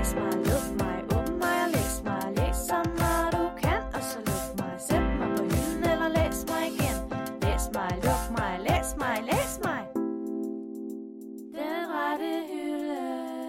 læs mig, luk mig, åbn mig og læs mig. Læs så meget du kan, og så luk mig. Sæt mig på hylden eller læs mig igen. Læs mig, luk mig, læs mig, læs mig. Den rette hylde.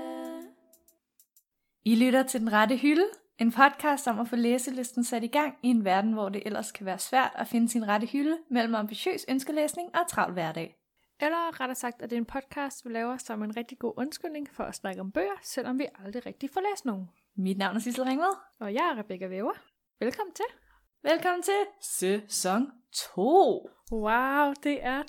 I lytter til Den Rette Hylde, en podcast om at få læselisten sat i gang i en verden, hvor det ellers kan være svært at finde sin rette hylde mellem ambitiøs ønskelæsning og travl hverdag. Eller rettere sagt, at det er en podcast, vi laver som en rigtig god undskyldning for at snakke om bøger, selvom vi aldrig rigtig får læst nogen. Mit navn er Sissel Ringvad. Og jeg er Rebecca Væver. Velkommen til. Velkommen til sæson 2. Wow, det er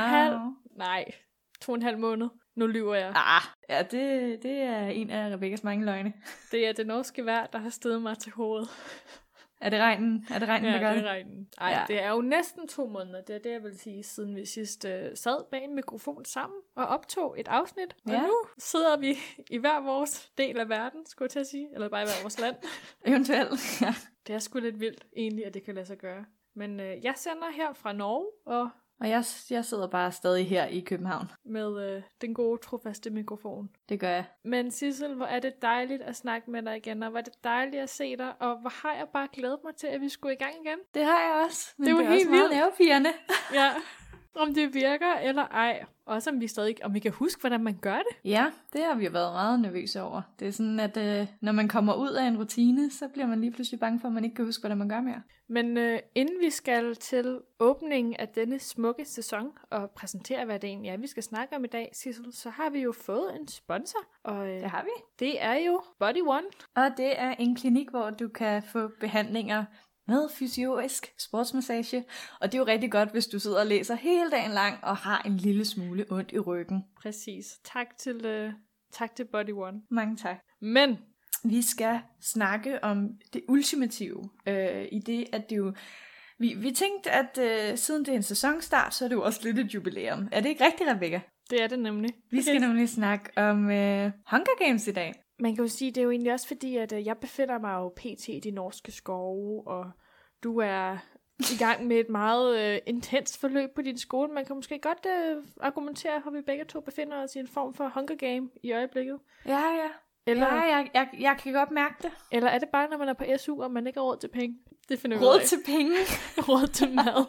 2,5 måned. Nu lyver jeg. Ja, det er en af Rebeccas mange løgne. Det er det norske vejr, der har steget mig til hovedet. Er det regnen, der gør det? Ja, det er regnen. Ej, det er jo næsten 2 måneder. Det er det, jeg vil sige, siden vi sidst sad bag en mikrofon sammen og optog et afsnit. Og nu sidder vi i hver vores del af verden, skulle jeg til at sige. Eller bare i hver vores land. Eventuelt, ja. Det er sgu lidt vildt egentlig, at det kan lade sig gøre. Men jeg sender her fra Norge, Og jeg sidder bare stadig her i København. Med den gode, trofaste mikrofon. Det gør jeg. Men Sissel, hvor er det dejligt at snakke med dig igen, og hvor er det dejligt at se dig, og hvor har jeg bare glædet mig til, at vi skulle i gang igen. Det har jeg også. Men det er jo helt også meget vildt. nervepirrende. Ja, om det virker eller ej. Også om vi kan huske, hvordan man gør det. Ja, det har vi jo været meget nervøse over. Det er sådan, at når man kommer ud af en rutine, så bliver man lige pludselig bange for, at man ikke kan huske, hvordan man gør mere. Men inden vi skal til åbningen af denne smukke sæson og præsentere, hvad det egentlig er, vi skal snakke om i dag, Sissel, så har vi jo fået en sponsor. Og det har vi. Det er jo Body One. Og det er en klinik, hvor du kan få behandlinger med fysiologisk sportsmassage. Og det er jo rigtig godt, hvis du sidder og læser hele dagen lang og har en lille smule ondt i ryggen. Præcis. Tak til Body One. Mange tak. Men vi skal snakke om det ultimative i det, at det jo... Vi tænkte, at siden det er en sæsonstart, så er det jo også lidt et jubilæum. Er det ikke rigtigt, Rebecca? Det er det nemlig. Vi skal nemlig snakke om Hunger Games i dag. Man kan jo sige, det er jo egentlig også fordi, at jeg befinder mig jo pt. I de norske skove, og du er i gang med et meget intens forløb på din skole. Man kan måske godt argumentere for, at vi begge to befinder os i en form for Hunger Game i øjeblikket. Ja. Eller, jeg kan godt mærke det. Eller er det bare, når man er på SU, og man ikke har råd til penge? Det finder vi råd til penge? Råd til mad.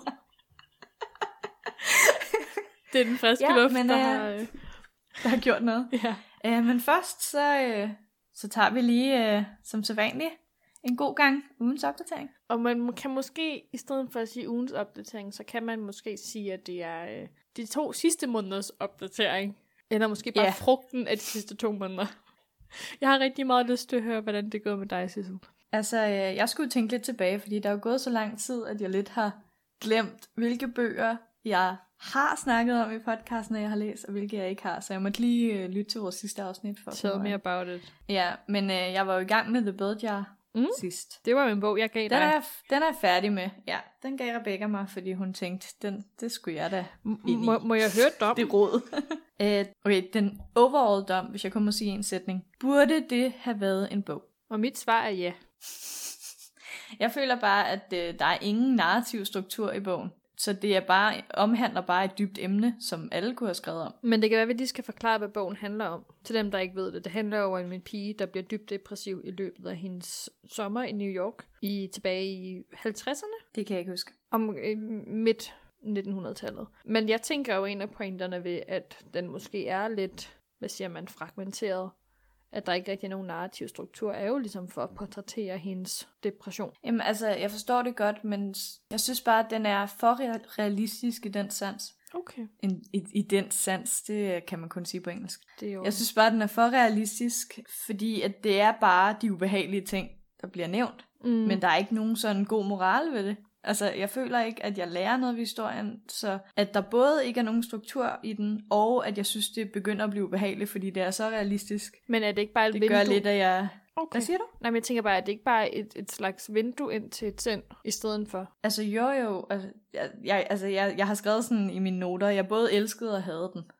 Det er den friske luft, men, der har gjort noget. Ja. Men først, så tager vi lige, som sædvanligt, en god gang ugens opdatering. Og man kan måske, i stedet for at sige ugens opdatering, så kan man måske sige, at det er de 2 sidste måneders opdatering. Eller måske bare frugten af de sidste 2 måneder. Jeg har rigtig meget lyst til at høre, hvordan det går med dig, Sissel. Altså, jeg skulle tænke lidt tilbage, fordi der er jo gået så lang tid, at jeg lidt har glemt, hvilke bøger jeg har snakket om i podcasten, jeg har læst, og hvilke jeg ikke har. Så jeg måtte lige lytte til vores sidste afsnit. Tell me about it. Ja, men jeg var jo i gang med The Bell Jar sidst. Det var jo en bog, jeg gav dig. Den er jeg færdig med. Ja, den gav Rebecca mig, fordi hun tænkte, det skulle jeg da ind i. Må jeg høre dom? Det råd. Okay, den overall dom, hvis jeg kun må sige en sætning. Burde det have været en bog? Og mit svar er ja. Jeg føler bare, at der er ingen narrativ struktur i bogen. Så det er omhandler bare et dybt emne, som alle kunne have skrevet om. Men det kan være, at vi lige skal forklare, hvad bogen handler om. Til dem, der ikke ved det. Det handler jo om en pige, der bliver dybt depressiv i løbet af hendes sommer i New York. Tilbage i 50'erne. Det kan jeg ikke huske. Om midt 1900-tallet. Men jeg tænker jo en af pointerne ved, at den måske er lidt, fragmenteret. At der ikke rigtig er nogen narrativ struktur, er jo ligesom for at portrættere hendes depression. Jamen altså, jeg forstår det godt, men jeg synes bare, at den er for realistisk i den sans. Okay. I den sans, det kan man kun sige på engelsk. Jeg synes bare, at den er for realistisk, fordi at det er bare de ubehagelige ting, der bliver nævnt. Men der er ikke nogen sådan god moral ved det. Altså, jeg føler ikke, at jeg lærer noget ved historien, så at der både ikke er nogen struktur i den, og at jeg synes, det begynder at blive ubehageligt, fordi det er så realistisk. Men er det ikke bare et vindue? Det gør lidt, at jeg... Okay. Hvad siger du? Nej, men jeg tænker bare, at det ikke bare er et slags vindue ind til et sind, i stedet for? Altså, jo. Jeg har skrevet sådan i mine noter, jeg både elskede og havde den.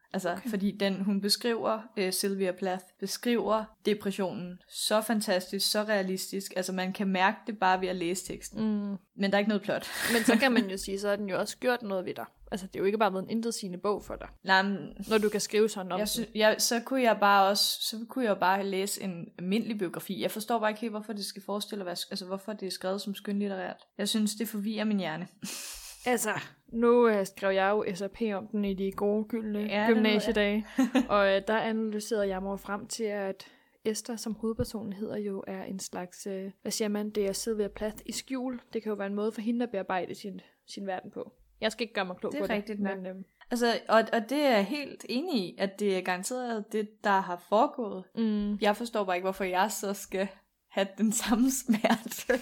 Altså, fordi hun beskriver, Sylvia Plath, beskriver depressionen så fantastisk, så realistisk. Altså, man kan mærke det bare ved at læse teksten. Men der er ikke noget plot. Men så kan man jo sige, så har den jo også gjort noget ved dig. Altså, det er jo ikke bare været en intetsigende bog for dig. Nej, men når du kan skrive sådan om så kunne jeg bare læse en almindelig biografi. Jeg forstår bare ikke helt, hvorfor det skal forestille at være, altså hvorfor det er skrevet som skønlitterært. Jeg synes, det forvirrer min hjerne. Altså, nu skrev jeg jo SAP om den i de gode gyldne gymnasiedage, og der analyserede jeg mig frem til, at Esther, som hovedpersonen hedder, jo er en slags, hvad siger man, det er Sylvia Plath i skjul. Det kan jo være en måde for hende at bearbejde sin verden på. Jeg skal ikke gøre mig klog på det. Det er rigtigt, men altså, og det er jeg helt enig i, at det er garanteret det, der har foregået. Jeg forstår bare ikke, hvorfor jeg så skal have den samme smerte.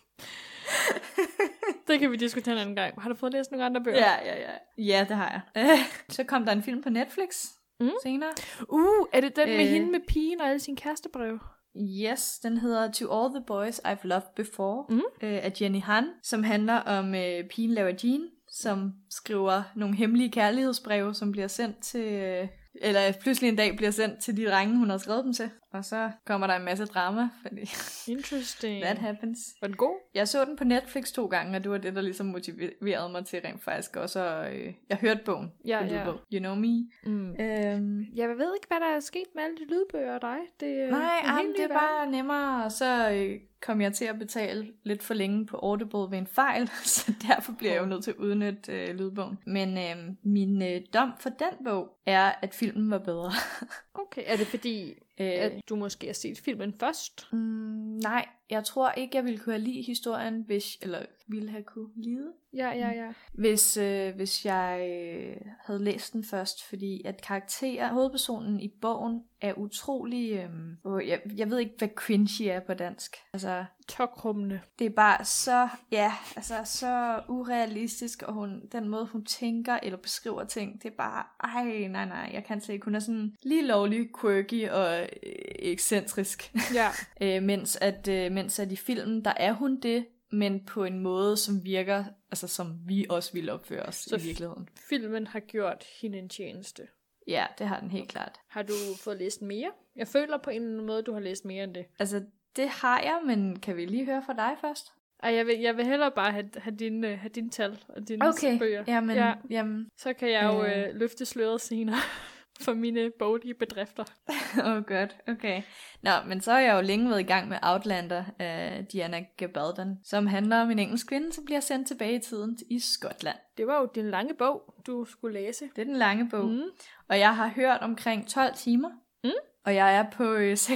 Det kan vi diskutere en anden gang. Har du fået læst nogle andre bøger? Ja, det har jeg. Så kom der en film på Netflix senere. Er det den med hende med pigen og alle sine kærestebreve? Yes, den hedder To All the Boys I've Loved Before af Jenny Han, som handler om pigen Lara Jean, som skriver nogle hemmelige kærlighedsbreve, som bliver sendt til, eller pludselig en dag bliver sendt til de drenge, hun har skrevet dem til. Og så kommer der en masse drama, fordi interesting. That happens. Var den god? Jeg så den på Netflix 2 gange, og det var det, der ligesom motiverede mig til rent faktisk også. Jeg hørte bogen. Ja. You know me. Jeg ved ikke, hvad der er sket med alle de lydbøger og dig. Det er bare nemmere, og så kom jeg til at betale lidt for længe på Audible ved en fejl, så derfor bliver jeg jo nødt til at udnytte lydbogen. Men min dom for den bog er, at filmen var bedre. Okay, er det fordi, at du måske har set filmen først? Nej, jeg tror ikke, jeg ville kunne have lide historien, eller ville have kunne lide. Ja. Hvis jeg havde læst den først, fordi at hovedpersonen i bogen er utrolig, jeg ved ikke, hvad cringy er på dansk. Altså, tokrummende. Det er bare så urealistisk, og den måde, hun tænker eller beskriver ting, det er bare, nej, jeg kan ikke. Hun er sådan lige lovlig quirky og ekscentrisk. Ja. mens at i filmen, der er hun det, men på en måde, som virker, altså som vi også ville opføre os i virkeligheden. Filmen har gjort hende en tjeneste. Ja, det har den helt klart. Har du fået læst mere? Jeg føler på en eller anden måde, du har læst mere end det. Altså, det har jeg, men kan vi lige høre fra dig først? Jeg vil hellere bare have din tal og dine bøger. Jamen. Så kan jeg jo løfte sløret senere for mine boglige bedrifter. Godt, okay. Nå, men så har jeg jo længe været i gang med Outlander af Diana Gabaldon, som handler om en engelsk kvinde, som bliver sendt tilbage i tiden i Skotland. Det var jo din lange bog, du skulle læse. Det er den lange bog. Og jeg har hørt omkring 12 timer, og jeg er på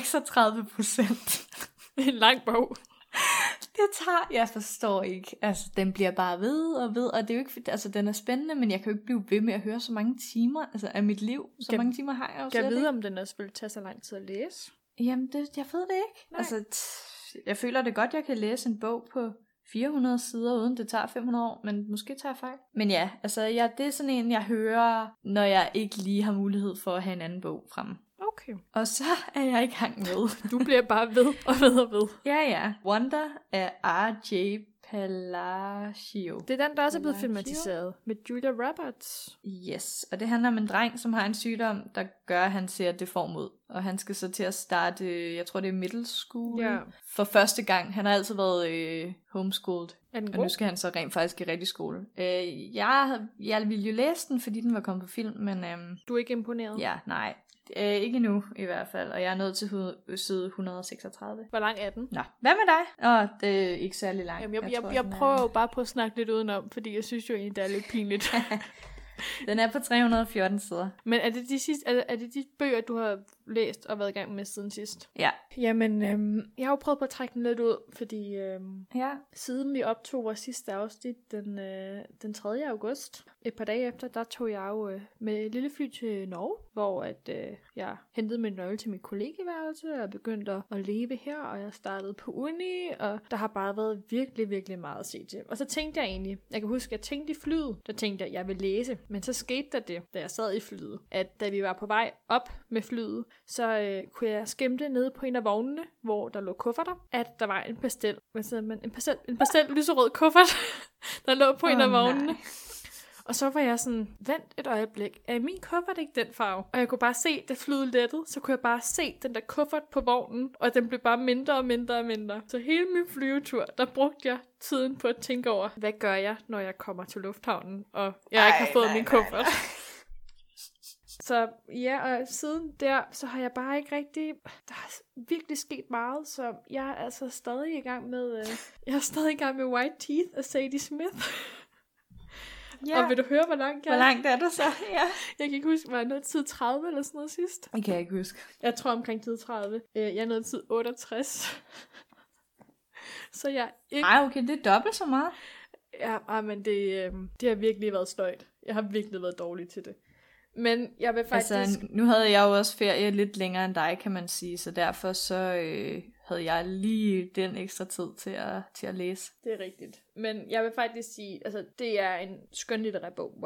36%. En lang bog. Jeg forstår ikke. Altså, den bliver bare ved, og det er jo ikke, altså, den er spændende, men jeg kan jo ikke blive ved med at høre så mange timer, altså, af mit liv. Mange timer har jeg jo slet ikke. Kan jeg vide, om den også vil tage så lang tid at læse? Jamen, jeg ved det ikke. Nej. Altså, jeg føler det godt, jeg kan læse en bog på 400 sider, uden det tager 500 år, men måske tager jeg fejl. Men ja, altså, det er sådan en, jeg hører, når jeg ikke lige har mulighed for at have en anden bog fremme. Okay. Og så er jeg i gang med. Du bliver bare ved og ved og ved. Ja. Wonder af R.J. Palacio. Det er den, der også er blevet filmatiseret med Julia Roberts. Yes, og det handler om en dreng, som har en sygdom, der gør, at han ser deform ud. Og han skal så til at starte, jeg tror det er middle school, for første gang. Han har altid været homeschooled. Og nu skal han så rent faktisk i rigtig skole. Jeg ville jo læse den, fordi den var kommet på film, men... Du er ikke imponeret? Ja, nej. Ikke nu i hvert fald, og jeg er nået til side 136. Hvor lang er den? Nå, hvad med dig? Det er ikke særlig langt. Jamen, jeg prøver jo bare på at snakke lidt udenom, fordi jeg synes jo egentlig, det er lidt pinligt. Den er på 314 sider. Men er det de bøger, du har læst og været i gang med siden sidst? Ja. Jamen, jeg har jo prøvet på at trække den lidt ud, fordi siden vi optog vores sidste afsnit den 3. august, et par dage efter, der tog jeg jo med et lille fly til Norge, hvor jeg hentede min nøgle til mit kollegeværelse og begyndte at leve her, og jeg startede på uni, og der har bare været virkelig, virkelig meget at se til. Og så tænkte jeg egentlig, jeg kan huske, at jeg tænkte i flyet, der tænkte jeg vil læse, men så skete der det, da jeg sad i flyet, at da vi var på vej op med flyet, så kunne jeg skimte nede på en af vognene, hvor der lå kufferter, at der var en pastel, en pastel lyserød kuffert, der lå på en af vognene. Og så var jeg sådan, vent et øjeblik, er min kuffert ikke den farve? Og jeg kunne bare se, det flyde lettet, så kunne jeg bare se den der kuffert på vognen, og den blev bare mindre og mindre og mindre. Så hele min flyvetur, der brugte jeg tiden på at tænke over, hvad gør jeg, når jeg kommer til lufthavnen, og jeg ikke har fået min kuffert. Så ja, og siden der, så har jeg bare ikke rigtig... Der er virkelig sket meget, så jeg er altså stadig i gang med... jeg er stadig i gang med White Teeth af Sadie Smith. Ja. Og vil du høre, hvor langt jeg er? Hvor langt er du så? Ja. Jeg kan ikke huske, var jeg nået tid 30 eller sådan noget sidst? Det kan jeg ikke huske. Jeg tror omkring tid 30. Jeg er nået tid 68. Så jeg ikke... Ej, okay, det er dobbelt så meget. Ja, men det har virkelig været sløjt. Jeg har virkelig været dårlig til det. Men jeg vil faktisk... Altså, nu havde jeg jo også ferie lidt længere end dig, kan man sige, så derfor så havde jeg lige den ekstra tid til at læse. Det er rigtigt. Men jeg vil faktisk sige, altså det er en skønlitterær bog,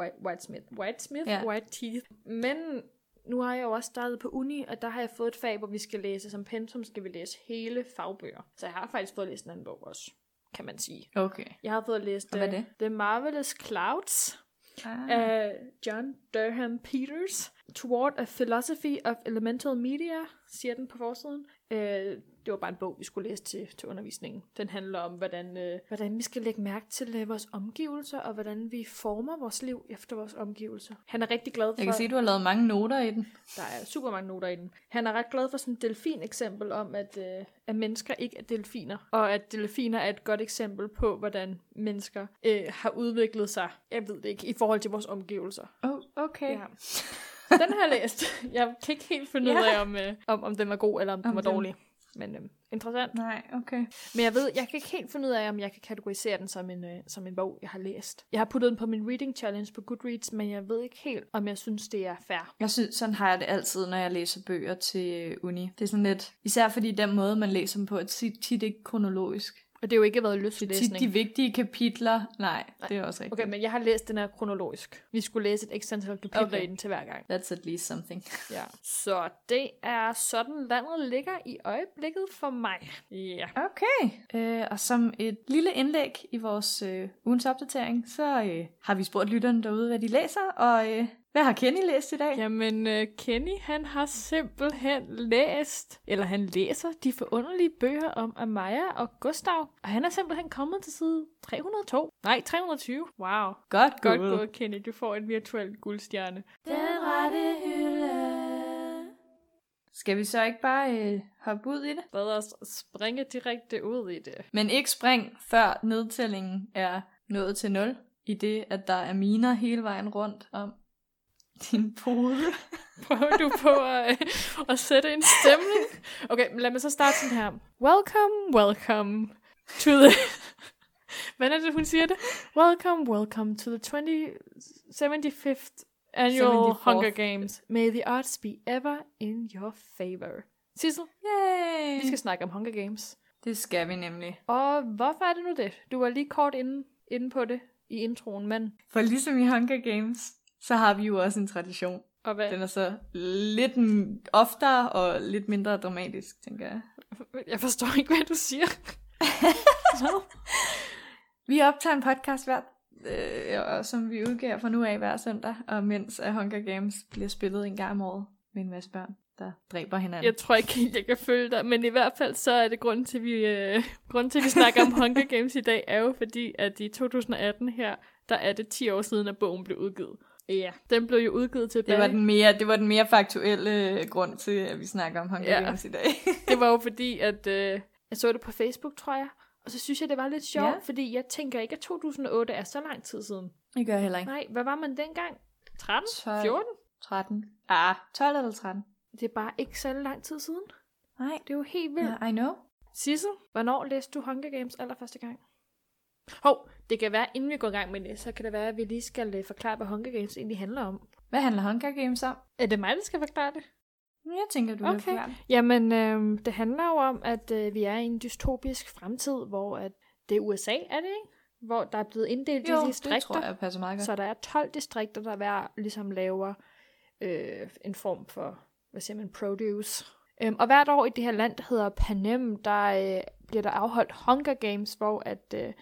White Teeth. Men nu har jeg jo også startet på uni, og der har jeg fået et fag, hvor vi skal læse, som pensum skal vi læse hele fagbøger. Så jeg har faktisk fået læst en anden bog også, kan man sige. Okay. Jeg har fået læst The Marvelous Clouds, af John Durham Peters. Toward a Philosophy of Elemental Media, siger den på forsiden. Det var bare en bog, vi skulle læse til undervisningen. Den handler om, hvordan vi skal lægge mærke til vores omgivelser, og hvordan vi former vores liv efter vores omgivelser. Han er rigtig glad for... Jeg kan se, du har lavet mange noter i den. Der er super mange noter i den. Han er ret glad for sådan et delfin-eksempel om, at mennesker ikke er delfiner. Og at delfiner er et godt eksempel på, hvordan mennesker har udviklet sig, jeg ved det ikke, i forhold til vores omgivelser. Okay. Ja. Den har jeg læst. Jeg kan ikke helt finde ud af, om den var god, eller om den var dårlig. Men interessant. Nej, okay. Men jeg kan ikke helt finde ud af, om jeg kan kategorisere den som en bog, jeg har læst. Jeg har puttet den på min reading challenge på Goodreads, men jeg ved ikke helt, om jeg synes, det er fair. Jeg synes, sådan har jeg det altid, når jeg læser bøger til uni. Det er sådan lidt, især fordi den måde, man læser dem på, er tit ikke kronologisk. Og det har jo ikke været lystlæsning. Det er tit de vigtige kapitler. Nej, det er også rigtigt. Okay, men jeg har læst den her kronologisk. Vi skulle læse et ekstra antal kapitler i den til hver gang. That's at least something. Ja. Så det er sådan, landet ligger i øjeblikket for mig. Ja. Okay. Og som et lille indlæg i vores ugens opdatering, så har vi spurgt lytterne derude, hvad de læser, og... Hvad har Kenny læst i dag? Jamen, Kenny, han har simpelthen han læser de forunderlige bøger om Amaya og Gustav. Og han er simpelthen kommet til side 302. Nej, 320. Wow. Godt gået, Kenny. Du får en virtuel guldstjerne. Den rette hylde. Skal vi så ikke bare hoppe ud i det? Lad os springe direkte ud i det. Men ikke spring, før nedtællingen er nået til 0. I det, at der er miner hele vejen rundt om din pode. Prøver du på at sætte en stemning? Okay, men lad mig så starte sådan her. Welcome to the... Hvad er det, hun siger det? Welcome to the 75th annual Hunger Games. May the odds be ever in your favor. Sissel, Yay! Vi skal snakke om Hunger Games. Det skal vi nemlig. Og hvorfor er det nu det? Du var lige kort inde på det i introen, men... For ligesom i Hunger Games, så har vi jo også en tradition. Og hvad? Den er så lidt oftere og lidt mindre dramatisk, tænker jeg. Jeg forstår ikke, hvad du siger. Vi optager en podcast som vi udgiver fra nu af hver søndag, og mens Hunger Games bliver spillet en gang om året med en masse børn, der dræber hinanden. Jeg tror ikke helt, jeg kan følge dig, men i hvert fald så er det grunden til, at vi snakker om Hunger Games i dag, er jo fordi, at i 2018 her, der er det 10 år siden, at bogen blev udgivet. Ja, den blev jo udgivet tilbage. Det var den mere faktuelle grund til, at vi snakker om Hunger Games i dag. Det var jo fordi, at jeg så det på Facebook, tror jeg. Og så synes jeg, det var lidt sjovt, fordi jeg tænker ikke, at 2008 er så lang tid siden. Det gør jeg heller ikke. Nej, hvad var man dengang? 13? 12, 14? 13. 12 eller 13. Det er bare ikke så lang tid siden. Nej. Det er jo helt vildt. I know. Sissel, hvornår læste du Hunger Games allerførste gang? Det kan være, inden vi går i gang med det, så kan det være, at vi lige skal forklare, hvad Hunger Games egentlig handler om. Hvad handler Hunger Games om? Er det mig, der skal forklare det? Jeg tænker, du vil forklare det. Jamen, det handler jo om, at vi er i en dystopisk fremtid, hvor at det er USA, er det ikke? Hvor der er blevet inddelt i distrikter. Det tror jeg passer meget godt. Så der er 12 distrikter, der hver ligesom laver en form for, hvad siger man, produce. Og hvert år i det her land, der hedder Panem, der bliver der afholdt Hunger Games, hvor at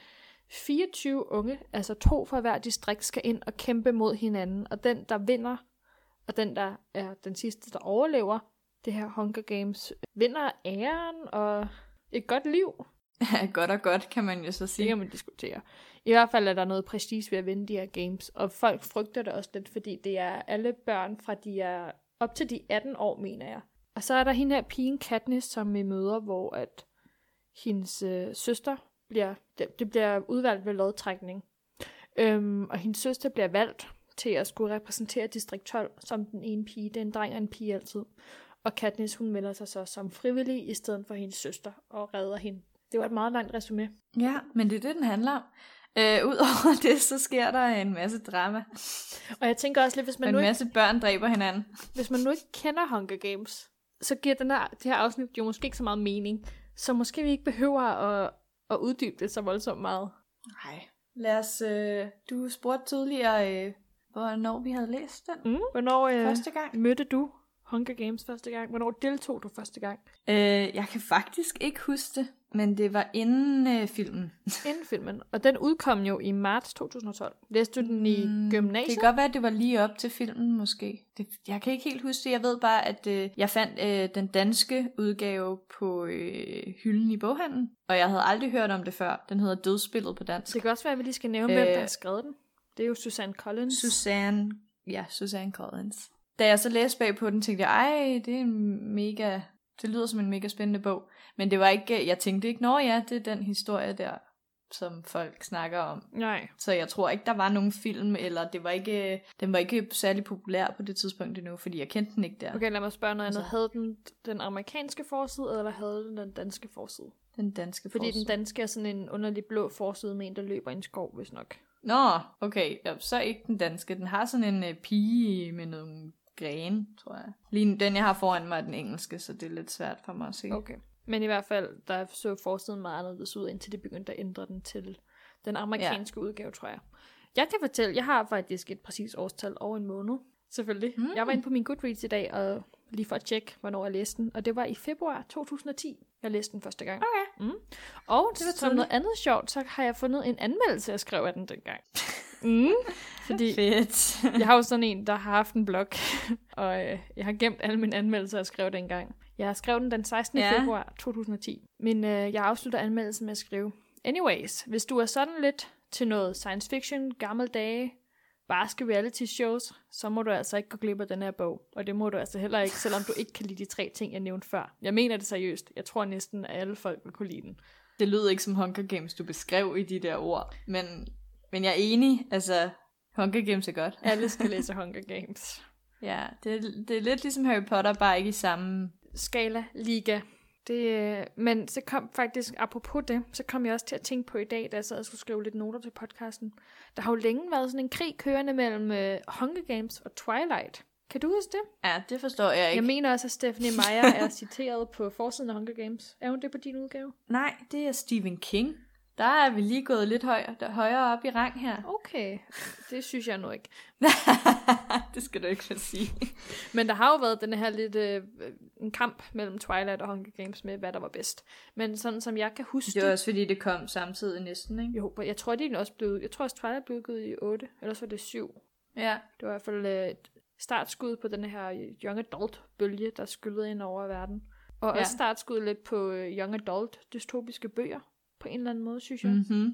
24 unge, altså 2 fra hver distrikt, skal ind og kæmpe mod hinanden. Og den, der vinder, og den, der er den sidste, der overlever det her Hunger Games, vinder æren og et godt liv. Godt og godt, kan man jo så sige. Det kan man diskutere. I hvert fald er der noget prestige ved at vinde de her games, og folk frygter det også lidt, fordi det er alle børn fra de er op til de 18 år, mener jeg. Og så er der hende her pigen Katniss, som vi møder, hvor at hendes søster bliver udvalgt ved lodtrækning. Og hendes søster bliver valgt til at skulle repræsentere distrikt 12 som den ene pige. Det er en dreng og en pige altid. Og Katniss, hun melder sig så som frivillig i stedet for hendes søster og redder hende. Det var et meget langt resume. Ja, men det er det, den handler om. Udover det, så sker der en masse drama. Og jeg tænker også lidt, hvis man en nu masse børn dræber hinanden. Hvis man nu ikke kender Hunger Games, så giver det her afsnit jo måske ikke så meget mening. Så måske vi ikke behøver at uddybe det så voldsomt meget. Nej. Lad os... du spurgte tidligere, hvornår vi havde læst den. Hvornår første gang mødte du Hunger Games første gang? Hvornår deltog du første gang? Jeg kan faktisk ikke huske det, men det var inden filmen. Inden filmen. Og den udkom jo i marts 2012. Læste du den i gymnasiet? Det kan godt være, at det var lige op til filmen måske. Jeg kan ikke helt huske det. Jeg ved bare, at jeg fandt den danske udgave på hylden i boghandlen. Og jeg havde aldrig hørt om det før. Den hedder Dødsspillet på dansk. Det kan også være, at vi lige skal nævne, hvem der har skrevet den. Det er jo Suzanne Collins. Suzanne Collins. Da jeg så læste bag på den, tænkte jeg, det lyder som en mega spændende bog. Men det var ikke, jeg tænkte ikke, det er den historie der, som folk snakker om. Nej. Så jeg tror ikke, der var nogen film, eller den var ikke særlig populær på det tidspunkt endnu, fordi jeg kendte den ikke der. Okay, lad mig spørge noget andet. Havde den amerikanske forside, eller havde den danske forside? Den danske forside. Fordi den danske er sådan en underlig blå forside med en, der løber i en skov, hvis nok. Nå, okay. Ja, så ikke den danske. Den har sådan en pige med nogle grene, tror jeg. Lige den, jeg har foran mig, er den engelske, så det er lidt svært for mig at se. Okay. Men i hvert fald, der så forsiden meget anderledes ud, indtil de begyndte at ændre den til den amerikanske udgave, tror jeg. Jeg kan fortælle, jeg har faktisk et præcis årstal over en måned. Selvfølgelig. Jeg var inde på min Goodreads i dag, og lige for at tjekke, hvornår jeg læste den. Og det var i februar 2010, jeg læste den første gang. Okay. Og det var som noget andet sjovt, så har jeg fundet en anmeldelse, jeg skrev af den dengang. Fordi fedt. Jeg har jo sådan en, der har haft en blog, og jeg har gemt alle mine anmeldelser, jeg skrev dengang. Jeg skrev den 16. februar 2010. Men jeg afslutter anmeldelsen med at skrive: Anyways, hvis du er sådan lidt til noget science fiction, gamle dage, barske reality shows, så må du altså ikke gå glip af den her bog. Og det må du altså heller ikke, selvom du ikke kan lide de 3 ting, jeg nævnte før. Jeg mener det seriøst. Jeg tror næsten, at alle folk vil kunne lide den. Det lyder ikke som Hunger Games, du beskrev i de der ord. Men jeg er enig, altså Hunger Games er godt. Alle skal læse Hunger Games. Ja, det er lidt ligesom Harry Potter, bare ikke i samme skala, liga. Men så kom faktisk, apropos det, så kom jeg også til at tænke på i dag, da jeg sad og skulle skrive lidt noter til podcasten. Der har jo længe været sådan en krig kørende mellem Hunger Games og Twilight. Kan du huske det? Ja, det forstår jeg ikke. Jeg mener også, at Stephenie Meyer er citeret på forsiden af Hunger Games. Er hun det på din udgave? Nej, det er Stephen King. Der er vi lige gået lidt højere op i rang her. Okay, det synes jeg nu ikke. Det skal du ikke sige. Men der har jo været den her lidt en kamp mellem Twilight og Hunger Games med, hvad der var bedst. Men sådan som jeg kan huske det var også fordi, det kom samtidig næsten, ikke? Jo, jeg tror også Twilight blev udgivet i 8, ellers var det 7. Ja. Det var i hvert fald et startskud på den her young adult bølge, der skyllede ind over verden. Og også startskud lidt på young adult dystopiske bøger. På en eller anden måde, synes jeg.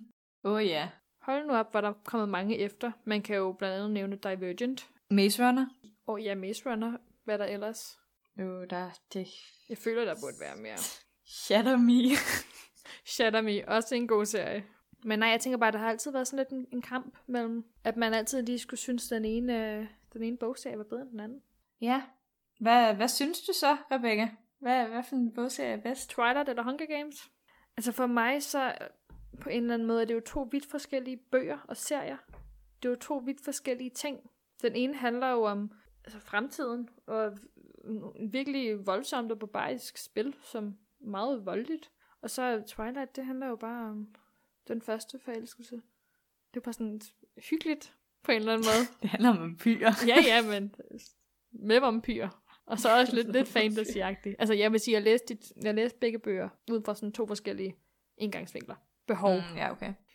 Ja. Hold nu op, hvor der er kommet mange efter. Man kan jo blandt andet nævne Divergent. Maze Runner. Maze Runner. Hvad der ellers? Det. Jeg føler, der burde være mere. Shatter Me. Shatter Me. Også en god serie. Men nej, jeg tænker bare, der har altid været sådan lidt en kamp mellem, at man altid lige skulle synes, den ene bogserie var bedre end den anden. Ja. Hvad synes du så, Rebecca? Hvad for en bogserie er bedst? Twilight eller Hunger Games? Altså for mig så, på en eller anden måde, er det jo 2 vidt forskellige bøger og serier. Det er jo 2 vidt forskellige ting. Den ene handler jo om fremtiden, og en virkelig voldsomt og barbarisk spil, som meget voldeligt. Og så Twilight, det handler jo bare om den første forelskelse. Det er bare sådan hyggeligt, på en eller anden måde. Det handler om vampyrer. Ja, men med vampyrer. Og så også lidt fantasy-agtigt. Altså jeg vil sige, jeg læste begge bøger ud fra sådan 2 forskellige indgangsvinkler. Behov. Ja, okay.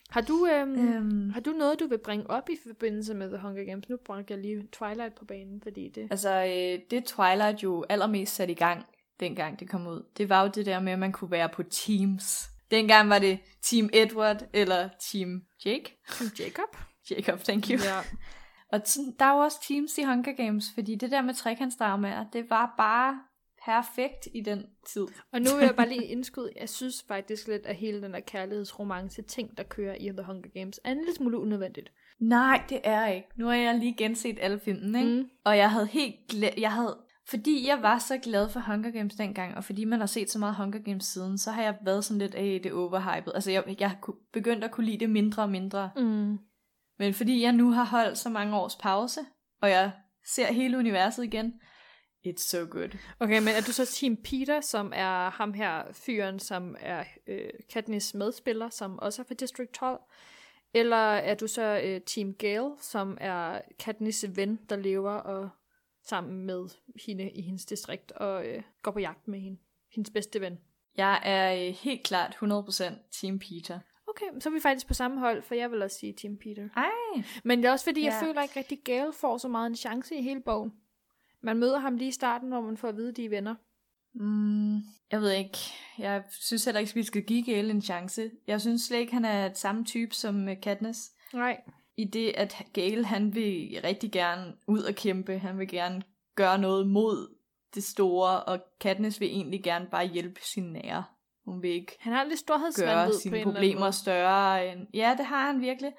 Har du noget, du vil bringe op i forbindelse med The Hunger Games? Nu bragte jeg lige Twilight på banen, fordi det... Altså, det Twilight jo allermest satte i gang, dengang det kom ud, det var jo det der med, at man kunne være på teams. Dengang var det Team Edward eller Team Jake. Team Jacob. Jacob, thank you. Ja. Og der er jo også teams i Hunger Games, fordi det der med trekantsdramaer, det var bare perfekt i den tid. Og nu vil jeg bare lige indskyde, jeg synes faktisk lidt, at hele den der kærlighedsromance ting, der kører i The Hunger Games, er en lille smule unødvendigt. Nej, det er ikke. Nu har jeg lige genset alle filmene, ikke? Mm. Og jeg havde fordi jeg var så glad for Hunger Games dengang, og fordi man har set så meget Hunger Games siden, så har jeg været sådan lidt af det overhyped. Altså jeg begyndt at kunne lide det mindre og mindre. Mm. Men fordi jeg nu har holdt så mange års pause, og jeg ser hele universet igen, it's so good. Okay, men er du så Team Peter, som er ham her fyren, som er Katniss medspiller, som også er for District 12? Eller er du så Team Gale, som er Katniss' ven, der lever og sammen med hende i hendes distrikt og går på jagt med hende, hendes bedste ven? Jeg er helt klart 100% Team Peter. Okay, så er vi faktisk på samme hold, for jeg vil også sige Team Peter. Ej. Men det er også fordi, jeg føler ikke rigtig, Gale får så meget en chance i hele bogen. Man møder ham lige i starten, hvor man får at vide, at de er venner. Jeg ved ikke. Jeg synes heller ikke, at vi skal give Gale en chance. Jeg synes slet ikke, han er samme type som Katniss. Nej. I det, at Gale, han vil rigtig gerne ud og kæmpe. Han vil gerne gøre noget mod det store, og Katniss vil egentlig gerne bare hjælpe sine nære. Hun vil ikke han har lidt storhedsvanvid gøre sine problemer større end... Ja, det har han virkelig.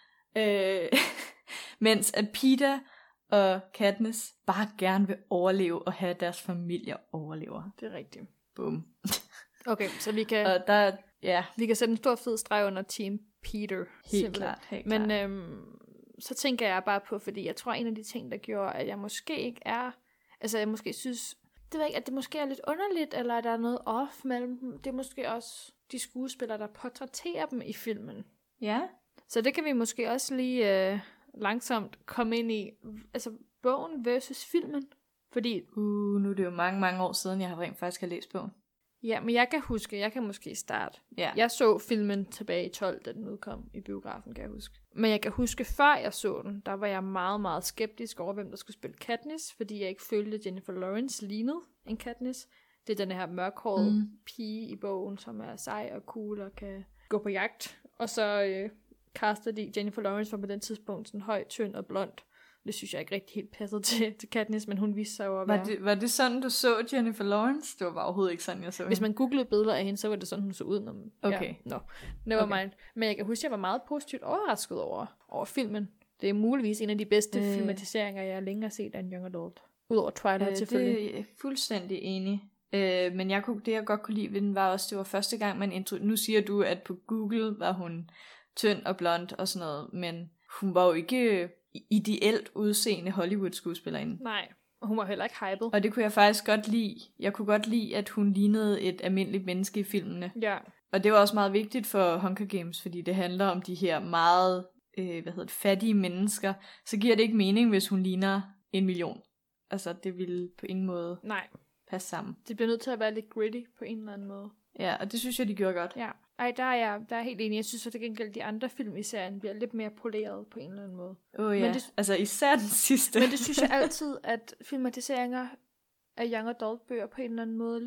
Mens at Peter og Katniss bare gerne vil overleve og have deres familier overlever. Det er rigtigt. Bum. Okay, så vi kan... Og der, ja. Vi kan sætte en stor fed streg under Team Peter. Helt klart. Men så tænker jeg bare på, fordi jeg tror, en af de ting, der gjorde, at jeg måske ikke er... Altså, jeg måske synes... Det ved ikke, at det måske er lidt underligt, eller at der er noget off mellem dem. Det er måske også de skuespillere, der portrætterer dem i filmen. Ja. Så det kan vi måske også lige langsomt komme ind i. Altså, bogen versus filmen. Fordi... nu er det jo mange år siden, jeg har rent faktisk læst bogen. Ja, men jeg kan måske starte. Ja. Jeg så filmen tilbage i 12, da den udkom i biografen, kan jeg huske. Men jeg kan huske, før jeg så den, der var jeg meget, meget skeptisk over, hvem der skulle spille Katniss, fordi jeg ikke følte, at Jennifer Lawrence lignede en Katniss. Det er den her mørkhårede pige i bogen, som er sej og cool og kan gå på jagt. Og så caster de Jennifer Lawrence var på den tidspunkt sådan høj, tynd og blond. Det synes jeg ikke rigtig helt passede til Katniss, men hun viste sig jo at være... Var det sådan, du så Jennifer Lawrence? Det var bare overhovedet ikke sådan, jeg så hende. Hvis man googlede billeder af hende, så var det sådan, hun så ud. Okay. Ja, never mind. Men jeg kan huske, at jeg var meget positivt overrasket over filmen. Det er muligvis en af de bedste filmatiseringer, jeg længe har set af en young adult. Udover Twilight selvfølgelig. Det er jeg fuldstændig enig. Men det jeg godt kunne lide ved den, var også, det var første gang, nu siger du, at på Google var hun tynd og blond og sådan noget, men hun var jo ikke ideelt udseende Hollywood-skuespillerinde. Nej, og hun var heller ikke hyped. Og det kunne jeg faktisk godt lide. Jeg kunne godt lide, at hun lignede et almindeligt menneske i filmene. Ja. Og det var også meget vigtigt for Hunger Games, fordi det handler om de her meget fattige mennesker. Så giver det ikke mening, hvis hun ligner 1 million. Altså, det ville på ingen måde passe sammen. Det bliver nødt til at være lidt gritty på en eller anden måde. Ja, og det synes jeg, de gjorde godt. Ja. Ej, der er helt enig. Jeg synes, at det gengæld de andre film i serien bliver lidt mere poleret på en eller anden måde. Ja, altså især den sidste. Men det synes jeg altid, at filmatiseringer af young adult bøger på en eller anden måde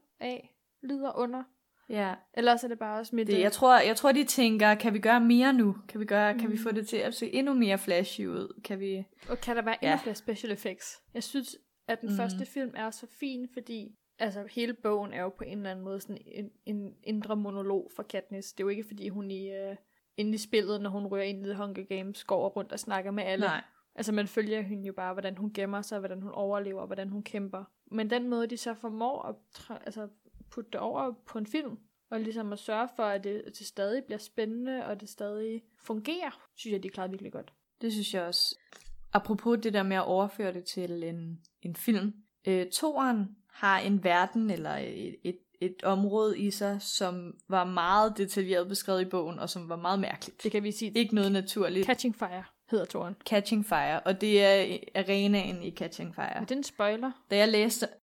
lider under. Ja. Ellers er det bare også mit... Jeg tror, de tænker, kan vi gøre mere nu? Kan vi få det til at se endnu mere flashy ud? Og kan der være endnu flere special effects? Jeg synes, at den første film er så fin, fordi altså hele bogen er jo på en eller anden måde sådan en indre monolog for Katniss. Det er jo ikke fordi hun inde i spillet, når hun rører ind i The Hunger Games, går rundt og snakker med alle. Nej. Altså man følger hende jo bare, hvordan hun gemmer sig, hvordan hun overlever, hvordan hun kæmper. Men den måde, de så formår at putte det over på en film, og ligesom at sørge for, at det stadig bliver spændende, og det stadig fungerer, synes jeg, de klarer virkelig godt. Det synes jeg også. Apropos det der med at overføre det til en film. Toren har en verden, eller et område i sig, som var meget detaljeret beskrevet i bogen, og som var meget mærkeligt. Det kan vi sige. Ikke noget naturligt. Catching Fire hedder toren. Catching Fire, og det er arenaen i Catching Fire. Men det er en spoiler. Da jeg læste...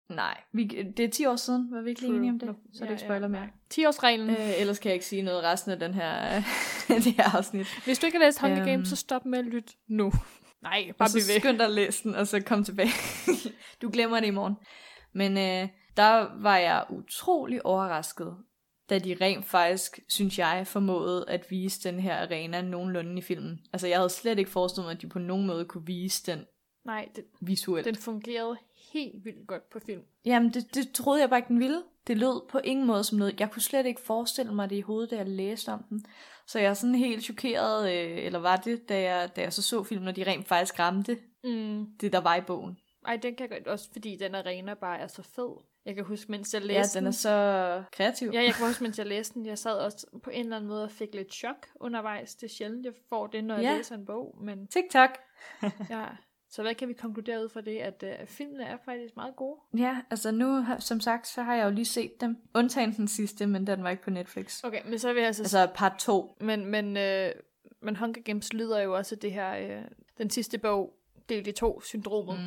Nej, det er 10 år siden, var vi ikke lige enige om det? Så er det ikke spoiler mere. 10-årsreglen. Ellers kan jeg ikke sige noget resten af den her, det her afsnit. Hvis du ikke har læst Hunger Games, så stop med at lytte nu. Nej, bare bliv ved. Skynd dig at læse den, og så kom tilbage. Du glemmer det i morgen. Men der var jeg utrolig overrasket, da de rent faktisk, synes jeg, formåede at vise den her arena nogenlunde i filmen. Altså, jeg havde slet ikke forestillet mig, at de på nogen måde kunne vise den visuelt. Den fungerede helt vildt godt på film. Jamen, det troede jeg bare ikke, den ville. Det lød på ingen måde som noget. Jeg kunne slet ikke forestille mig det i hovedet, da jeg læste om den. Så jeg er sådan helt chokeret, eller var det, da jeg så filmen, og de rent faktisk ramte det, der var i bogen. Ej, den kan jeg godt, også fordi den arena bare er så fed. Jeg kan huske, mens jeg læste den er så kreativ. Ja, jeg kan huske, mens jeg læste den, jeg sad også på en eller anden måde og fik lidt chok undervejs. Det er sjældent, jeg får det, når jeg læser en bog. Men TikTok. Ja. Så hvad kan vi konkludere ud fra det, at filmene er faktisk meget gode? Ja, altså nu, som sagt, så har jeg jo lige set dem. Undtagen den sidste, men den var ikke på Netflix. Okay, men så vil jeg altså part 2. Men Hunger Games lyder jo også det her, den sidste bog, delt i 2, syndromet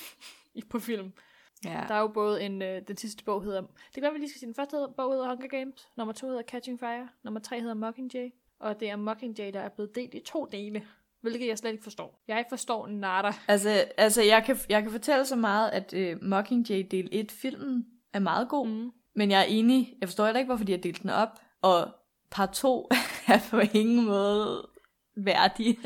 på film. Ja. Der er jo både den sidste bog hedder, det kan være, vi lige skal sige, den første bog hedder Hunger Games, nummer 2 hedder Catching Fire, nummer 3 hedder Mockingjay, og det er Mockingjay, der er blevet delt i 2 dele. Hvilket jeg slet ikke forstår. Jeg forstår nada. Altså jeg kan fortælle så meget, at Mockingjay del 1 filmen er meget god. Men jeg er enig. Jeg forstår heller ikke, hvorfor de har delt den op. Og part 2 er på ingen måde værdig.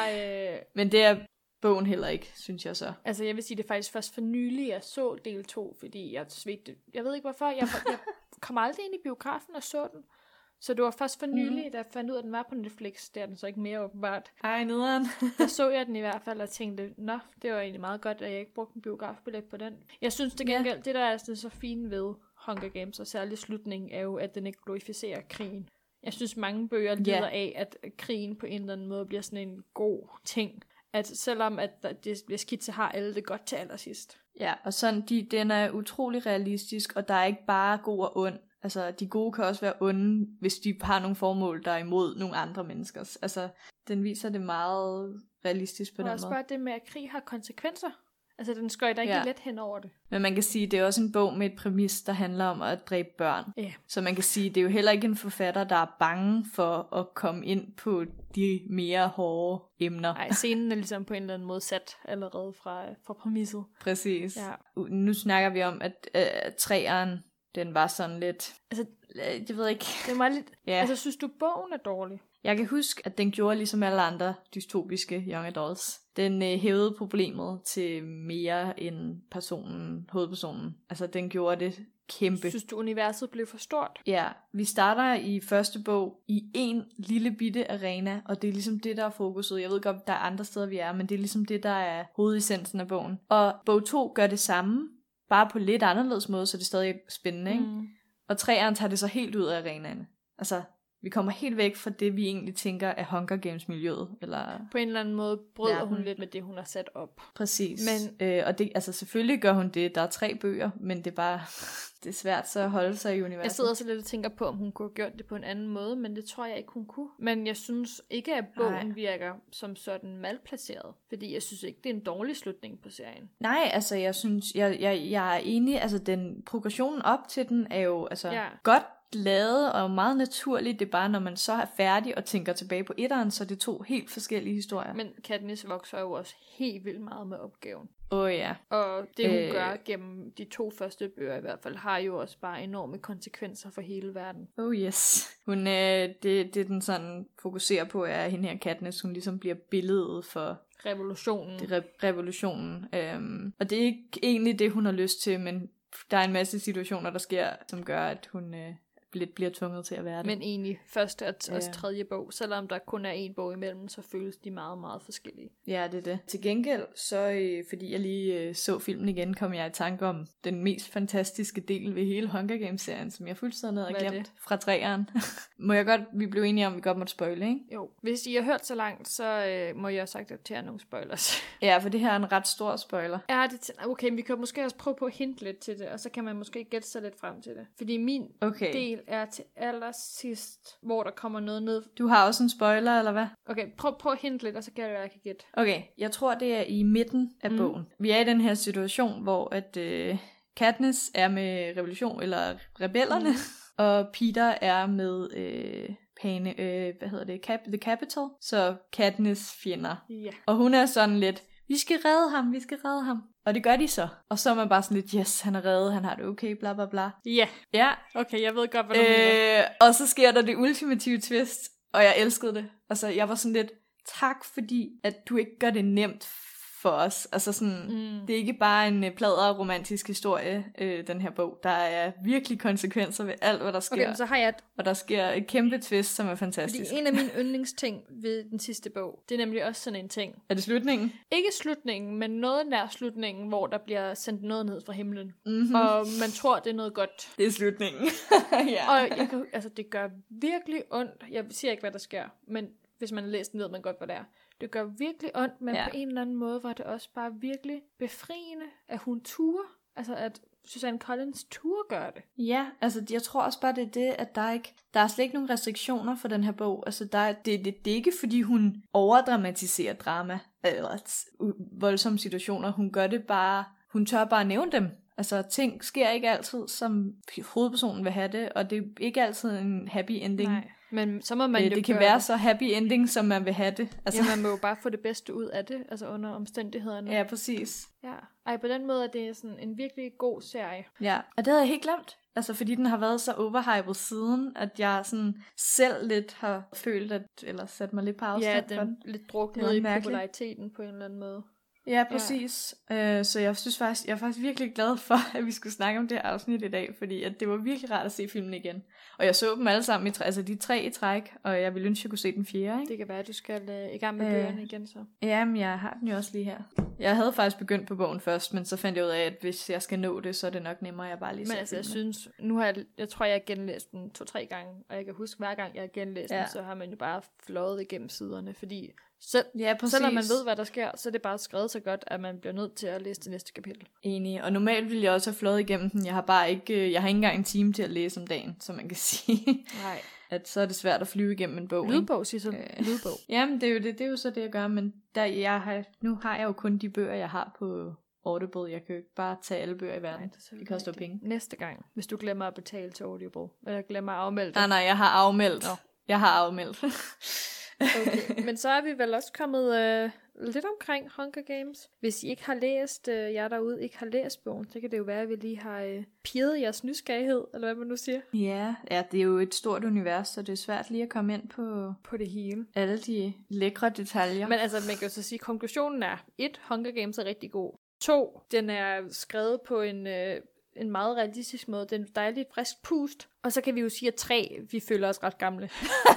Men det er bogen heller ikke, synes jeg så. Altså jeg vil sige, det er faktisk først for nylig, jeg så del 2, fordi jeg svedte. Jeg ved ikke hvorfor. Jeg kom aldrig ind i biografen og så den. Så det var først for nylig, da jeg fandt ud af, at den var på Netflix. Det er den så ikke mere åbenbart. Ej, nederen. Der så jeg den i hvert fald og tænkte, det var egentlig meget godt, at jeg ikke brugte en biografbillet på den. Jeg synes det gengæld, det der er så fint ved Hunger Games, og særligt slutningen, er jo, at den ikke glorificerer krigen. Jeg synes mange bøger lider af, at krigen på en eller anden måde bliver sådan en god ting. At selvom at det bliver skidt, så har alle det godt til allersidst. Ja, og sådan, den er utrolig realistisk, og der er ikke bare god og ond. Altså, de gode kan også være onde, hvis de har nogle formål, der er imod nogle andre menneskers. Altså, den viser det meget realistisk på den måde. Og også bare det med, at krig har konsekvenser. Altså, den skøjter ikke let hen over det. Men man kan sige, det er også en bog med et præmis, der handler om at dræbe børn. Ja. Så man kan sige, det er jo heller ikke en forfatter, der er bange for at komme ind på de mere hårde emner. Nej, scenen er ligesom på en eller anden måde sat allerede fra præmisset. Præcis. Ja. Nu snakker vi om, at træeren, den var sådan lidt... Altså, jeg ved ikke... Den var lidt... Ja. Altså, synes du, bogen er dårlig? Jeg kan huske, at den gjorde ligesom alle andre dystopiske young adults. Den hævede problemet til mere end hovedpersonen. Altså, den gjorde det kæmpe. Synes du, universet blev for stort? Ja, vi starter i første bog i en lille bitte arena, og det er ligesom det, der er fokuset. Jeg ved godt, der er andre steder, vi er, men det er ligesom det, der er hovedessensen af bogen. Og bog 2 gør det samme, bare på lidt anderledes måde, så det er stadig spændende, ikke? Og 3'eren tager det så helt ud af arenaen. Altså, vi kommer helt væk fra det, vi egentlig tænker er Hunger Games-miljøet. Eller på en eller anden måde bryder hun lidt med det, hun har sat op. Præcis. Men, og det, altså selvfølgelig gør hun det. Der er 3 bøger, men det er bare... Det er svært så at holde sig i universet. Jeg sidder også lidt og tænker på, om hun kunne have gjort det på en anden måde, men det tror jeg ikke, hun kunne. Men jeg synes ikke, at bogen virker som sådan malplaceret, fordi jeg synes ikke, det er en dårlig slutning på serien. Nej, altså jeg synes, jeg er enig, altså progressionen op til den er jo godt lavet og meget naturligt. Det er bare, når man så er færdig og tænker tilbage på etteren, så er det 2 helt forskellige historier. Men Katniss vokser jo også helt vildt meget med opgaven. Ja. Og det hun gør gennem de 2 første bøger i hvert fald, har jo også bare enorme konsekvenser for hele verden. Yes. Hun, det den sådan fokuserer på, er hende her Katniss, hun ligesom bliver billedet for revolutionen. Revolutionen. Og det er ikke egentlig det, hun har lyst til, men der er en masse situationer, der sker, som gør, at hun bliver tvunget til at være det. Men egentlig første og tredje bog, selvom der kun er 1 bog imellem, så føles de meget, meget forskellige. Ja, det er det. Til gengæld, så fordi jeg lige så filmen igen, kom jeg i tanke om den mest fantastiske del ved hele Hunger Games-serien, som jeg fuldstændig havde glemt fra 3'eren. Må jeg godt, vi blev enige om, at vi godt måtte spoile, ikke? Jo. Hvis I har hørt så langt, så må jeg også acceptere nogle spoilers. Ja, for det her er en ret stor spoiler. Ja, okay, vi kan måske også prøve på at hinte lidt til det, og så kan man måske gætte sig lidt frem til det. Fordi min del er til allersidst, hvor der kommer noget ned. Du har også en spoiler, eller hvad? Okay, prøv at hinte lidt, og så kan jeg være, jeg kan gætte. Okay, jeg tror, det er i midten af bogen. Vi er i den her situation, hvor at Katniss er med revolution, eller rebellerne, og Peter er med The Capital, så Katniss fjender. Ja. Og hun er sådan lidt, vi skal redde ham. Og det gør de så. Og så er man bare sådan lidt, yes, han er reddet, han har det okay, bla bla bla. Ja. Ja. Okay, jeg ved godt, hvad du mener. Og så sker der det ultimative twist, og jeg elskede det. Altså, jeg var sådan lidt, tak fordi, at du ikke gør det nemt for os. Altså sådan, det er ikke bare en pladret romantisk historie, den her bog. Der er virkelig konsekvenser ved alt, hvad der sker. Okay, men så har jeg og der sker et kæmpe twist, som er fantastisk. Fordi en af mine yndlingsting ved den sidste bog, det er nemlig også sådan en ting. Er det slutningen? Ikke slutningen, men noget nær slutningen, hvor der bliver sendt noget ned fra himlen. Mm-hmm. Og man tror, det er noget godt. Det er slutningen. Ja. Og det gør virkelig ondt. Jeg siger ikke, hvad der sker, men hvis man har læst den, ved man godt, hvad det er. Det gør virkelig ondt, men på en eller anden måde var det også bare virkelig befriende, at hun turde. Altså, at Suzanne Collins turde gøre det. Ja, altså jeg tror også bare, det er det, at der er slet ikke nogen restriktioner for den her bog. Altså, det er ikke, fordi hun overdramatiserer drama eller voldsomme situationer. Hun gør det bare, hun tør bare nævne dem. Altså, ting sker ikke altid, som hovedpersonen vil have det, og det er ikke altid en happy ending. Nej. Men så må man jo det kan være så happy ending, som man vil have det. Altså, man må jo bare få det bedste ud af det, altså under omstændighederne. Ja, præcis. Ja. Ej, på den måde er det sådan en virkelig god serie. Ja, og det havde jeg helt glemt. Altså, fordi den har været så overhypet siden, at jeg sådan selv lidt har følt, eller sat mig lidt på afstand for den. Lidt druknet i populariteten på en eller anden måde. Ja, præcis. Så jeg er faktisk virkelig glad for, at vi skulle snakke om det her afsnit i dag, fordi at det var virkelig rart at se filmen igen. Og jeg så dem alle sammen, de 3 i træk, og jeg ville ønske, at jeg kunne se den 4. Ikke? Det kan være, at du skal i gang med bøgerne igen så. Jamen, jeg har den jo også lige her. Jeg havde faktisk begyndt på bogen først, men så fandt jeg ud af, at hvis jeg skal nå det, så er det nok nemmere, at jeg bare lige ser Men altså, filmen. jeg synes, jeg tror, jeg har genlæst den 2-3 gange, og jeg kan huske, hver gang jeg har genlæst den, så har man jo bare fløjet igennem siderne, fordi selvom man ved, hvad der sker, så er det bare skrevet så godt, at man bliver nødt til at læse det næste kapitel. Enig, og normalt ville jeg også have fløjet igennem den. Jeg har ikke engang en time til at læse om dagen, som man kan sige. Nej. At så er det svært at flyve igennem en bog. Lydbog, Sissel. Lydbog. Jamen, det er jo så det, jeg gør, men nu har jeg jo kun de bøger, jeg har på Audible. Jeg kan jo ikke bare tage alle bøger i verden. Nej, det koster penge. Næste gang, hvis du glemmer at betale til Audible, eller glemmer at afmelde det. Nej, jeg har afmeldt. Jeg har afmeldt. Okay, men så er vi vel også kommet lidt omkring Hunger Games. Hvis I ikke har læst, jer derude ikke har læst bogen, så kan det jo være, at vi lige har pirret jeres nysgerrighed, eller hvad man nu siger. Ja, det er jo et stort univers, så det er svært lige at komme ind på det hele. Alle de lækre detaljer. Men altså, man kan jo så sige, at konklusionen er, 1. Hunger Games er rigtig god. 2. Den er skrevet på en meget realistisk måde. Den er dejligt frisk pust. Og så kan vi jo sige, at 3, vi føler os ret gamle.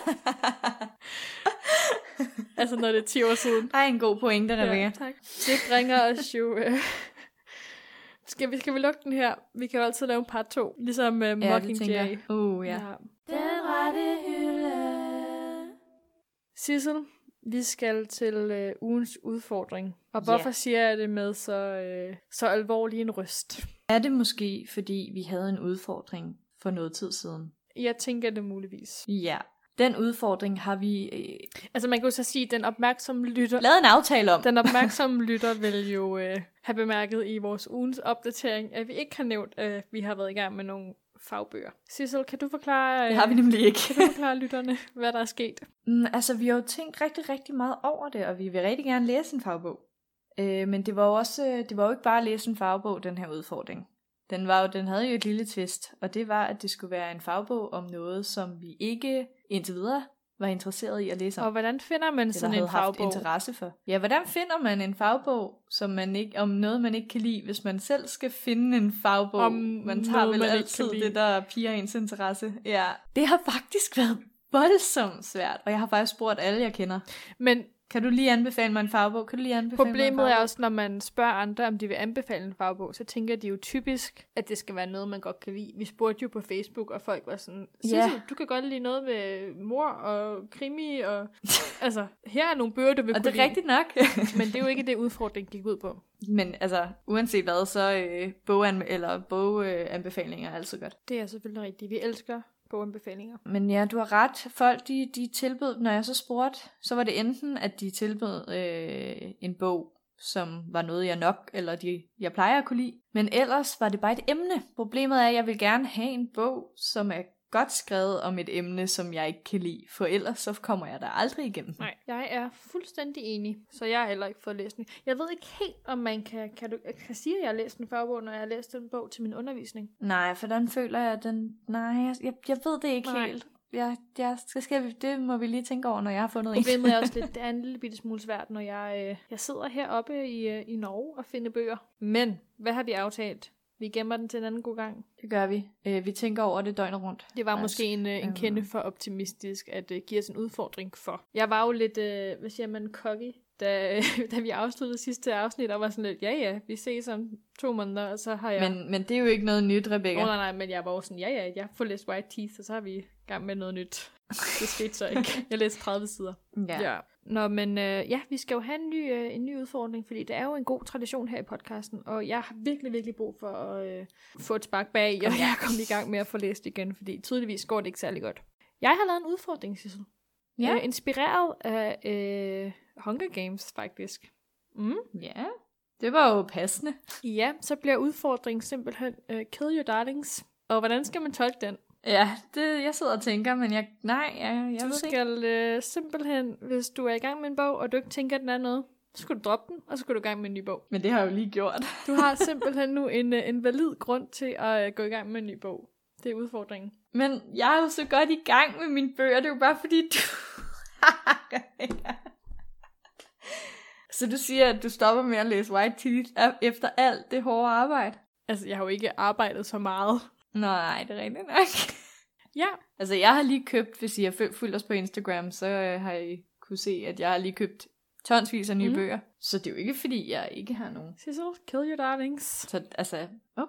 Altså når det er 10 år siden. Ej, en god pointe, Rebecca. Ja, tak. Det bringer os jo... Skal vi lukke den her? Vi kan jo altid lave en part 2. Ligesom Mockingjay. Ja. Den rette hylde. Sissel, vi skal til ugens udfordring. Og hvorfor siger jeg det med så alvorlig en røst? Er det måske, fordi vi havde en udfordring for noget tid siden? Jeg tænker det muligvis. Ja. Den udfordring har vi... Altså man kan jo så sige, at den opmærksomme lytter... Lavet en aftale om. Den opmærksomme lytter vil jo have bemærket i vores ugens opdatering, at vi ikke har nævnt, at vi har været i gang med nogle fagbøger. Sissel, kan du forklare... Det har vi nemlig ikke. Kan du forklare lytterne, hvad der er sket? Altså vi har jo tænkt rigtig, rigtig meget over det, og vi vil rigtig gerne læse en fagbog. Men det var jo ikke bare at læse en fagbog, den her udfordring. Den havde jo et lille twist, og det var, at det skulle være en fagbog om noget, som vi ikke indtil videre var interesseret i at læse om. Og hvordan finder man sådan en fagbog? Haft interesse for. Ja, hvordan finder man en fagbog, om noget, man ikke kan lide, hvis man selv skal finde en fagbog? Man tager vel altid det, der piger ens interesse. Ja, det har faktisk været voldsomt svært, og jeg har faktisk spurgt alle, jeg kender. Men kan du lige anbefale mig en fagbog? Problemet er også, når man spørger andre, om de vil anbefale en fagbog, så tænker de jo typisk, at det skal være noget, man godt kan lide. Vi spurgte jo på Facebook, og folk var sådan, Sissel, du kan godt lide noget med mor og krimi, og altså, her er nogle bøger, du vil kunne lide. Og det er rigtigt nok. Men det er jo ikke det, udfordringen gik ud på. Men altså, uanset hvad, så boganbefalinger er altid godt. Det er selvfølgelig rigtigt. Vi elsker boganbefalinger. Men ja, du har ret. Folk, de tilbød, når jeg så spurgte, så var det enten, at de tilbød en bog, som var noget, jeg nok, eller jeg plejer at kunne lide. Men ellers var det bare et emne. Problemet er, at jeg vil gerne have en bog, som er godt skrevet om et emne, som jeg ikke kan lide, for ellers så kommer jeg der aldrig igennem. Nej, jeg er fuldstændig enig, så jeg har heller ikke fået læst den. Jeg ved ikke helt, om man kan sige, at jeg har læst den fagbog, når jeg har læst den bog til min undervisning. Nej, for den føler jeg, at den... Nej, jeg ved det ikke helt. Det må vi lige tænke over, når jeg har fundet en. Problemet er også lidt, det er en lille bitte smule svært, når jeg sidder heroppe i Norge og finder bøger. Men, hvad har vi aftalt? Vi gemmer den til en anden god gang. Det gør vi. Vi tænker over det døgnet rundt. Det var måske en kende for optimistisk, at give os en udfordring for. Jeg var jo lidt, hvad siger man, cocky, da vi afsluttede sidste afsnit, og var sådan lidt, ja, vi ses om 2 måneder, og så har jeg... Men det er jo ikke noget nyt, Rebecca. Nej, men jeg var jo sådan, jeg får læst White Teeth, og så har vi i gang med noget nyt. Det skete så ikke. Jeg læste 30 sider. Ja. Nå, men vi skal jo have en ny udfordring, fordi det er jo en god tradition her i podcasten, og jeg har virkelig, virkelig brug for at få et spark bag, og jeg er kommet i gang med at få læst igen, fordi tydeligvis går det ikke særlig godt. Jeg har lavet en udfordring, Sissel. Ja. Inspireret af Hunger Games, faktisk. Ja, det var jo passende. Ja, så bliver udfordringen simpelthen Kill Your Darlings. Og hvordan skal man tolke den? Ja, jeg sidder og tænker, men jeg du skal simpelthen, hvis du er i gang med en bog, og du ikke tænker, at den er noget, så skal du droppe den, og så skal du i gang med en ny bog. Men det har jeg jo lige gjort. Du har simpelthen nu en valid grund til at gå i gang med en ny bog. Det er udfordringen. Men jeg er jo så godt i gang med mine bøger, det er jo bare fordi du... Så du siger, at du stopper med at læse White Teeth efter alt det hårde arbejde? Altså, jeg har jo ikke arbejdet så meget. Nej, det er rigtigt nok. Ja. Altså, jeg har lige købt, hvis I har fulgt os på Instagram, så har I kunne se, at jeg har lige købt tonsvis af nye bøger. Så det er jo ikke, fordi jeg ikke har nogen. Sissel, Kill Your Darlings. Så altså,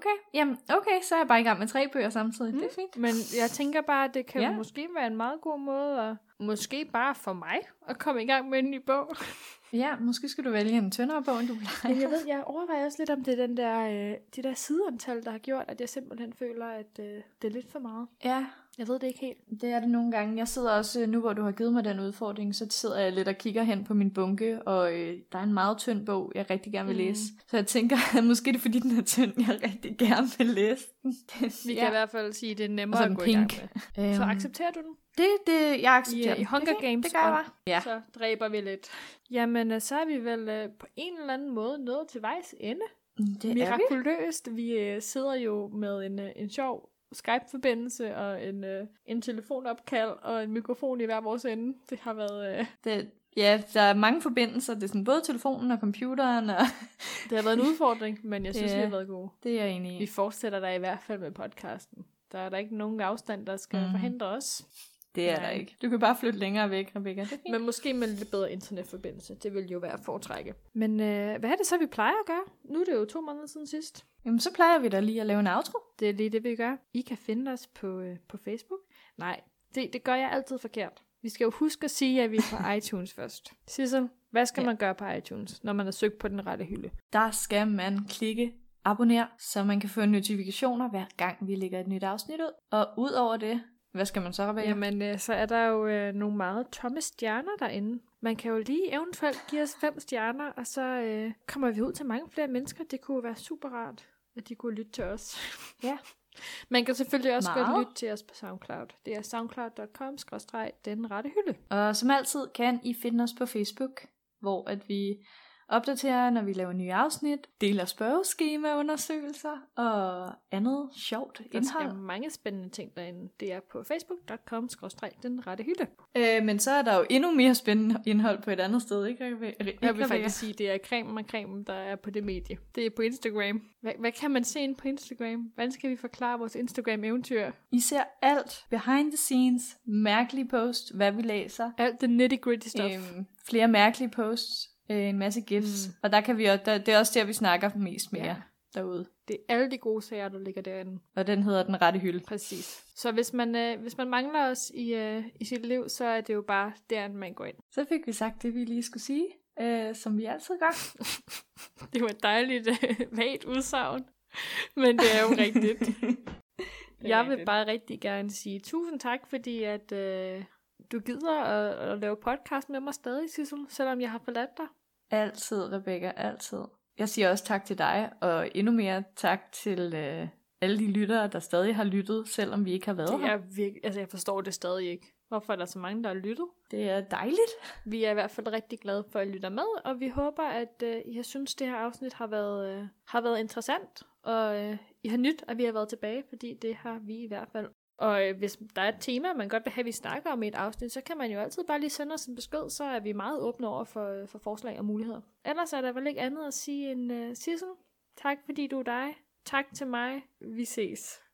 okay, så er jeg bare i gang med 3 bøger samtidig. Det er fint. Men jeg tænker bare, at det kan måske være en meget god måde, at måske bare for mig, at komme i gang med en ny bog. Ja, måske skal du vælge en tyndere bog, end du plejer. Men jeg overvejer også lidt, om det er de der sideantal, der har gjort, at jeg simpelthen føler, at det er lidt for meget. Ja. Jeg ved det ikke helt. Det er det nogle gange. Jeg sidder også, nu hvor du har givet mig den udfordring, så sidder jeg lidt og kigger hen på min bunke, og der er en meget tynd bog, jeg rigtig gerne vil læse. Så jeg tænker, at måske det er fordi, den er tynd, jeg rigtig gerne vil læse den. Vi kan i hvert fald sige, at det er nemmere at gå i gang med. Så accepterer du den? Det jeg accepterer. I Hunger Games, det gør jeg. Ja. Så dræber vi lidt. Jamen, så er vi vel på en eller anden måde nået til vejs ende. Det mirakuløst. Vi sidder jo med en sjov Skype-forbindelse og en telefonopkald og en mikrofon i hver vores ende. Det har været... der er mange forbindelser. Det er sådan både telefonen og computeren. Og det har været en udfordring, men jeg synes, vi har været gode. Det er jeg enig i. Vi fortsætter der i hvert fald med podcasten. Der er der ikke nogen afstand, der skal forhindre os. Det er der ikke. Du kan bare flytte længere væk, Rebecca. Men måske med lidt bedre internetforbindelse. Det vil jo være foretrække. Men hvad er det så, vi plejer at gøre? Nu er det jo 2 måneder siden sidst. Jamen, så plejer vi da lige at lave en outro. Det er lige det, vi gør. I kan finde os på Facebook. Nej, det gør jeg altid forkert. Vi skal jo huske at sige, at vi er på iTunes først. Sissel, hvad skal man gøre på iTunes, når man har søgt på den rette hylde? Der skal man klikke abonner, så man kan få notifikationer, hver gang vi lægger et nyt afsnit ud. Og ud over det, hvad skal man så, Rebecca? Jamen, så er der jo nogle meget tomme stjerner derinde. Man kan jo lige eventuelt give os 5 stjerner, og så kommer vi ud til mange flere mennesker. Det kunne være super rart, at de kunne lytte til os. Ja. Man kan selvfølgelig også godt lytte til os på SoundCloud. Det er soundcloud.com/denrettehylde. Og som altid kan I finde os på Facebook, hvor at vi opdaterer, når vi laver nye afsnit, deler spørgeskemaundersøgelser og andet sjovt indhold. Der er mange spændende ting derinde. Det er på facebook.com/denrettehylde. Men så er der jo endnu mere spændende indhold på et andet sted, ikke? Jeg vil faktisk sige, det er cremen, der er på det medie. Det er på Instagram. Hvad kan man se ind på Instagram? Hvordan skal vi forklare vores Instagram-eventyr? I ser alt behind the scenes, mærkelige posts, hvad vi læser. Alt det nitty-gritty stuff. Flere mærkelige posts. En masse gifs. Og der kan vi også, det er også der, vi snakker mest med jer derude. Det er alle de gode sager, der ligger derinde. Og den hedder Den Rette Hylde. Præcis. Så hvis man mangler os i sit liv, så er det jo bare der, man går ind. Så fik vi sagt det, vi lige skulle sige, som vi altid gør. Det var et dejligt vagt udsagn. Men det er jo rigtigt. Jeg vil bare rigtig gerne sige tusind tak, fordi at... du gider at lave podcast med mig stadig, Sissel, selvom jeg har forladt dig. Altid, Rebecca, altid. Jeg siger også tak til dig, og endnu mere tak til alle de lyttere, der stadig har lyttet, selvom vi ikke har været her. Altså, jeg forstår det stadig ikke. Hvorfor er der så mange, der har lyttet? Det er dejligt. Vi er i hvert fald rigtig glade for, at I lytter med, og vi håber, at I har synes, det her afsnit har været interessant, og I har nyt, at vi har været tilbage, fordi det har vi i hvert fald. Og hvis der er et tema, man godt vil have, at vi snakker om i et afsnit, så kan man jo altid bare lige sende os en besked, så er vi meget åbne over for forslag og muligheder. Ellers er der vel ikke andet at sige end Sissel. Tak fordi du er dig. Tak til mig. Vi ses.